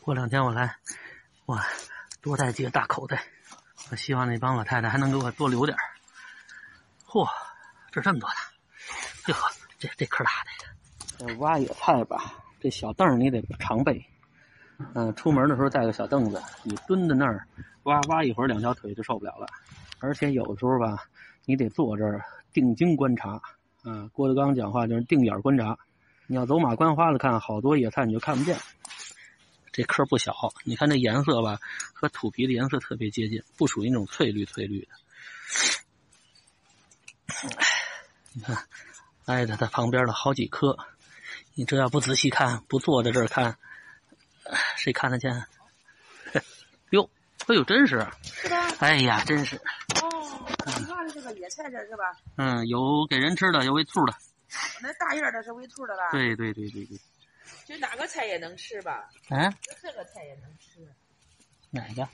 过2天我来，哇，多带几个大口袋。我希望那帮老太太还能给我多留点。嚯，这么多呢！哟呵，这颗大的。这挖野菜吧，这小凳你得常备。出门的时候带个小凳子，你蹲在那儿挖一会儿，2条腿就受不了了。而且有的时候吧，你得坐这儿定睛观察。郭德纲讲话就是定眼观察。你要走马观花的看，好多野菜你就看不见。这颗不小，你看这颜色吧，和土皮的颜色特别接近，不属于那种翠绿的。你看，挨着它旁边的好几颗，你这要不仔细看，不坐在这儿看，谁看得见？哟，哎呦，真是！ 是吧？ 哎呀，真是！ 哦，你看这个野菜这是吧？ 有给人吃的，有喂兔的。 那大叶的是喂兔的吧？ 对。 就哪个菜也能吃吧？这个菜也能吃。 哪个？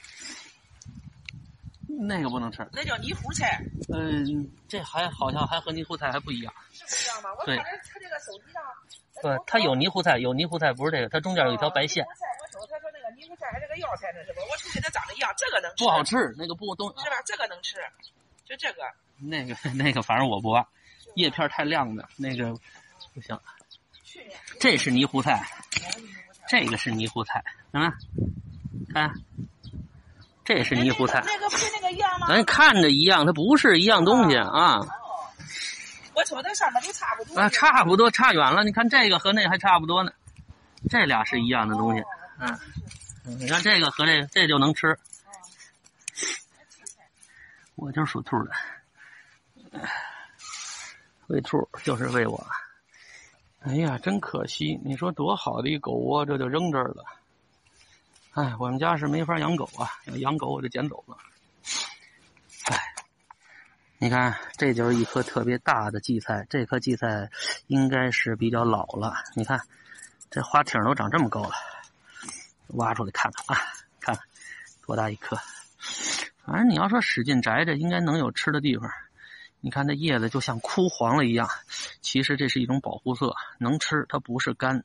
那个不能吃。 那叫泥糊菜。 这好像还和泥糊菜还不一样。 是不一样吗？我看他这个手机上。 不，它有泥糊菜，不是这个，它中间有一条白线。 我说他说那个泥糊菜还是个药材呢，是吧？我瞅跟它长得一样，这个能吃。 不好吃，那个不动。 是吧？这个能吃，就这个。 那个，反正我不挖，叶片太亮的，那个不行。这是泥糊菜，这个是泥糊菜，看，这是泥糊菜。 那个不是那个一样吗？ 咱看着一样，它不是一样东西啊。 我瞅那上面都差不多。 差不多，差远了。你看这个和那个还差不多呢，这俩是一样的东西。你看这个和这就能吃。我就是属兔的，喂兔就是喂我。哎呀，真可惜！你说多好的一狗窝，这就扔这儿了。哎，我们家是没法养狗啊，要养狗我就捡走了。哎，你看，这就是一颗特别大的荠菜，这颗荠菜应该是比较老了。你看，这花挺都长这么高了，挖出来看看啊，看看多大一颗。反正你要说使劲摘着，应该能有吃的地方。你看这叶子就像枯黄了一样，其实这是一种保护色，能吃，它不是干。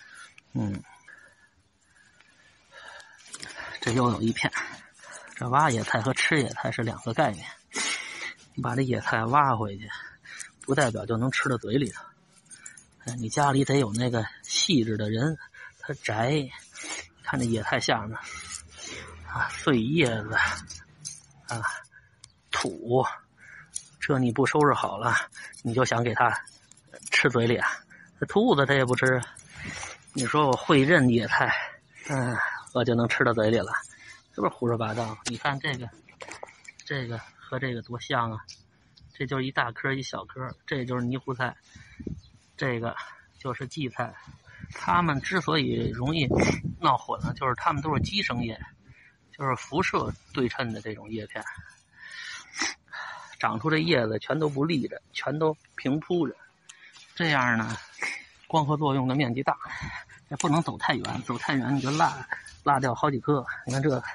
这又有一片。这挖野菜和吃野菜是2个概念。你把这野菜挖回去，不代表就能吃到嘴里头。你家里得有那个细致的人，他摘。看这野菜下面碎叶子土。这你不收拾好了，你就想给它吃嘴里啊？这兔子它也不吃。你说我会认野菜，我就能吃到嘴里了，是不是胡说八道？你看这个和这个多像啊！这就是一大颗一小颗，这就是泥糊菜，这个就是荠菜。它们之所以容易闹混了，就是它们都是基生叶，就是辐射对称的这种叶片。长出这叶子全都不立着，全都平铺着，这样呢，光合作用的面积大，也不能走太远，走太远你就落掉好几颗。你看这个，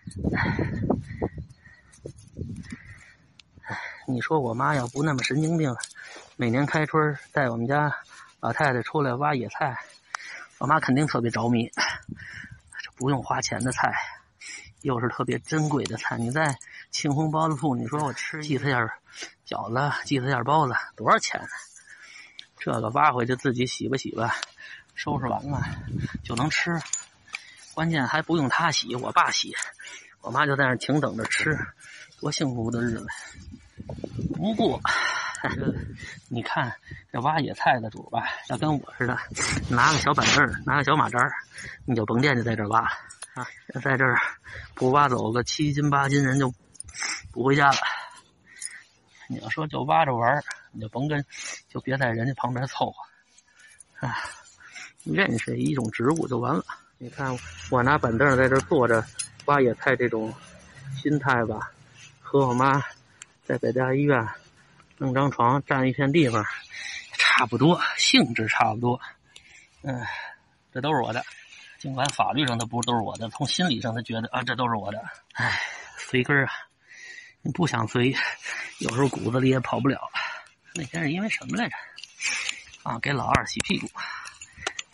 你说我妈要不那么神经病，每年开春带我们家老太太出来挖野菜，我妈肯定特别着迷。这不用花钱的菜，又是特别珍贵的菜，你在庆丰包子铺，你说我吃荠菜馅饺子、荠菜馅包子多少钱呢？这个挖回去自己洗吧，收拾完了就能吃。关键还不用他洗，我爸洗，我妈就在那儿停等着吃，多幸福的日子。不过你看这挖野菜的主吧，要跟我似的，拿个小板凳，拿个小马扎，你就甭惦记在这儿挖在这儿不挖走个7斤8斤，人就不回家了。你要说就挖着玩，你就别在人家旁边凑合。认识一种植物就完了。你看我拿板凳在这坐着挖野菜，这种心态吧，和我妈在北大医院弄张床占一片地方差不多，性质差不多。这都是我的，尽管法律上它不都是我的，从心理上他觉得这都是我的。随根啊，你不想随，有时候骨子里也跑不了。那天是因为什么来着？给老二洗屁股，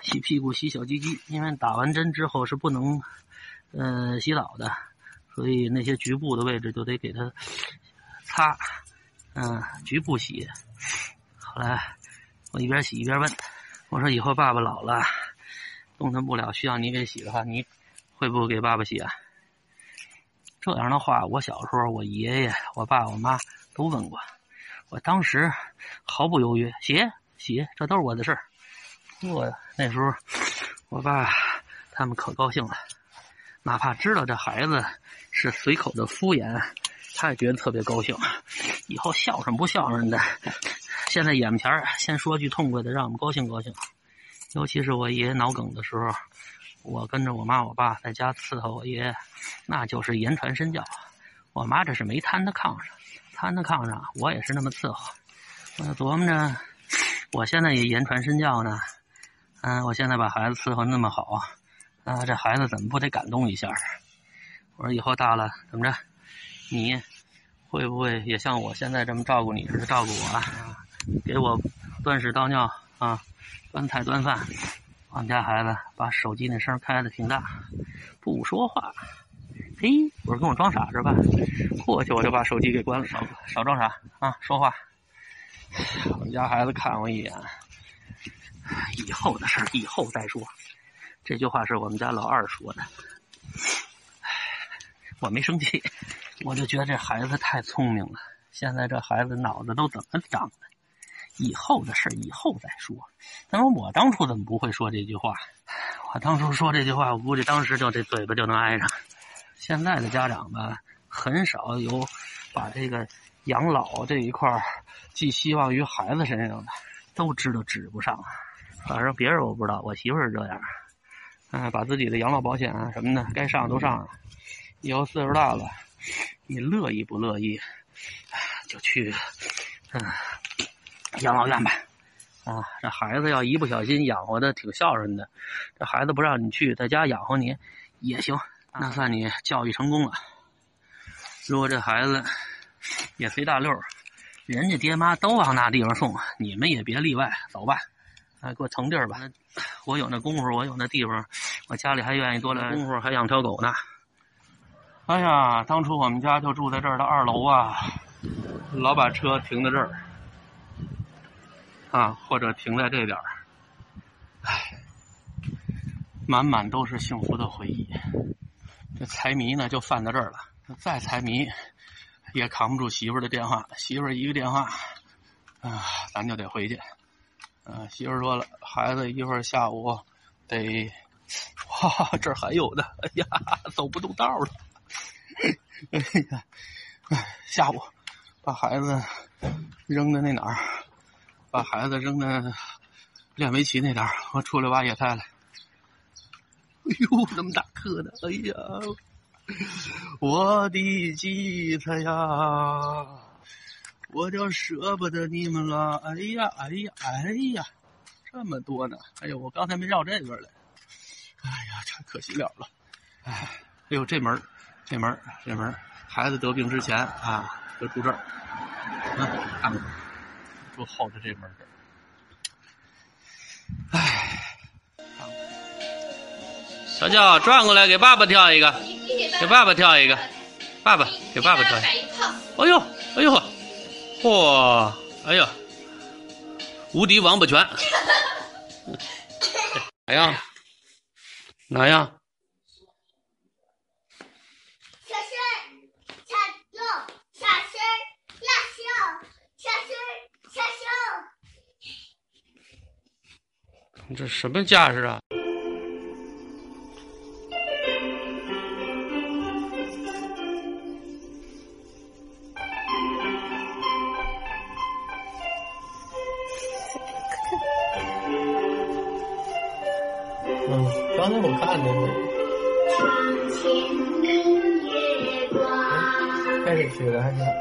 洗屁股、洗小鸡鸡，因为打完针之后是不能洗澡的，所以那些局部的位置就得给它擦，局部洗。后来我一边洗一边问，我说以后爸爸老了动弹不了，需要你给洗的话，你会不会给爸爸洗啊？这样的话，我小时候我爷爷、我爸、我妈都问过，我当时毫不犹豫，洗，这都是我的事儿。我那时候我爸他们可高兴了，哪怕知道这孩子是随口的敷衍，他也觉得特别高兴。以后孝顺不孝顺的，现在眼前先说句痛快的，让我们高兴高兴。尤其是我爷爷脑梗的时候，我跟着我妈我爸在家伺候我爷爷，那就是言传身教。我妈这是没摊在炕上，摊在炕上我也是那么伺候。我琢磨着我现在也言传身教呢，我现在把孩子伺候那么好，这孩子怎么不得感动一下？我说以后大了怎么着，你会不会也像我现在这么照顾你似的照顾我给我端屎倒尿端菜端饭。我们家孩子把手机那声开的挺大，不说话。嘿，我说跟我装傻是吧？过去我就把手机给关了，少装傻说话。我们家孩子看我一眼，以后的事儿以后再说。这句话是我们家老二说的。我没生气，我就觉得这孩子太聪明了。现在这孩子脑子都怎么长的？以后的事以后再说。他说我当初怎么不会说这句话？我当初说这句话，我估计当时就这嘴巴就能挨上。现在的家长吧，很少有把这个养老这一块寄希望于孩子身上的，都知道指不上。反正别人我不知道，我媳妇是这样，把自己的养老保险什么的该上都上了。以后岁数大了，你乐意不乐意，就去养老院吧。这孩子要一不小心养活的挺孝顺的，这孩子不让你去，在家养活你也行，那算你教育成功了。如果这孩子也随大溜，人家爹妈都往那地方送，你们也别例外，走吧，给我腾地儿吧。我有那功夫，我有那地方，我家里还愿意多来功夫，还养条狗呢。哎呀，当初我们家就住在这儿的2楼老把车停在这儿或者停在这边，满满都是幸福的回忆。这财迷呢就犯到这儿了，再财迷也扛不住媳妇儿的电话，媳妇儿一个电话咱就得回去。媳妇儿说了，孩子一会儿下午得这儿还有的，哎呀走不动道了。哎呀，下午把孩子扔在那哪儿，把孩子扔在练围棋那点儿，我出来挖野菜来。哎呦，那么大颗的，哎呀，我的吉他呀，我就舍不得你们了。哎呀，这么多呢！哎呦，我刚才没绕这边来。哎呀，这可惜了了。哎呦，这门，孩子得病之前就住这儿。看看，住后头这门这儿。小娇，转过来给爸爸跳一个，给爸爸跳一个，爸爸给爸爸跳一个。哎呦，哇，哎呀，无敌王八拳。哪样？这什么架势啊？刚才我看见了。开始学的还是？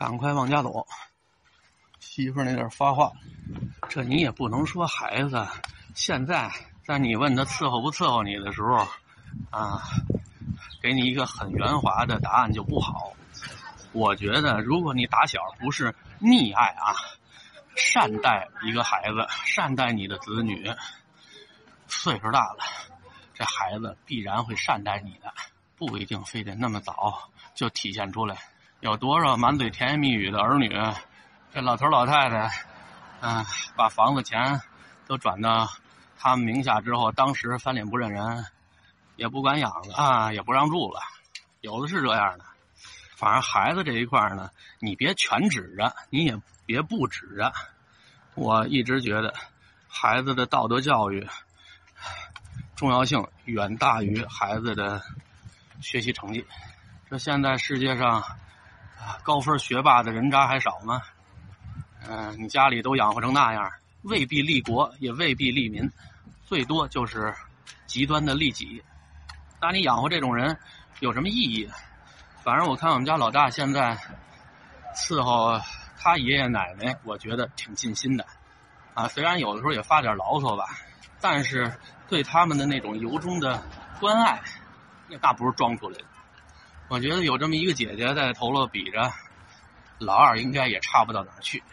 赶快往家走。媳妇儿那点发话，这你也不能说孩子现在在你问他伺候不伺候你的时候啊，给你一个很圆滑的答案就不好。我觉得如果你打小不是溺爱啊，善待一个孩子，善待你的子女，岁数大了，这孩子必然会善待你的，不一定非得那么早就体现出来。有多少满嘴甜言蜜语的儿女，这老头老太太把房子钱都转到他们名下之后，当时翻脸不认人，也不管养了啊，也不让住了，有的是这样的。反正孩子这一块呢，你别全指着，你也别不指着。我一直觉得孩子的道德教育重要性远大于孩子的学习成绩。这现在世界上高分学霸的人渣还少吗？你家里都养活成那样，未必利国，也未必利民，最多就是极端的利己。那你养活这种人有什么意义？反正我看我们家老大现在伺候他爷爷奶奶，我觉得挺尽心的啊。虽然有的时候也发点牢骚吧，但是对他们的那种由衷的关爱，那不是装出来的。我觉得有这么一个姐姐在头了比着，老二应该也差不到哪儿去。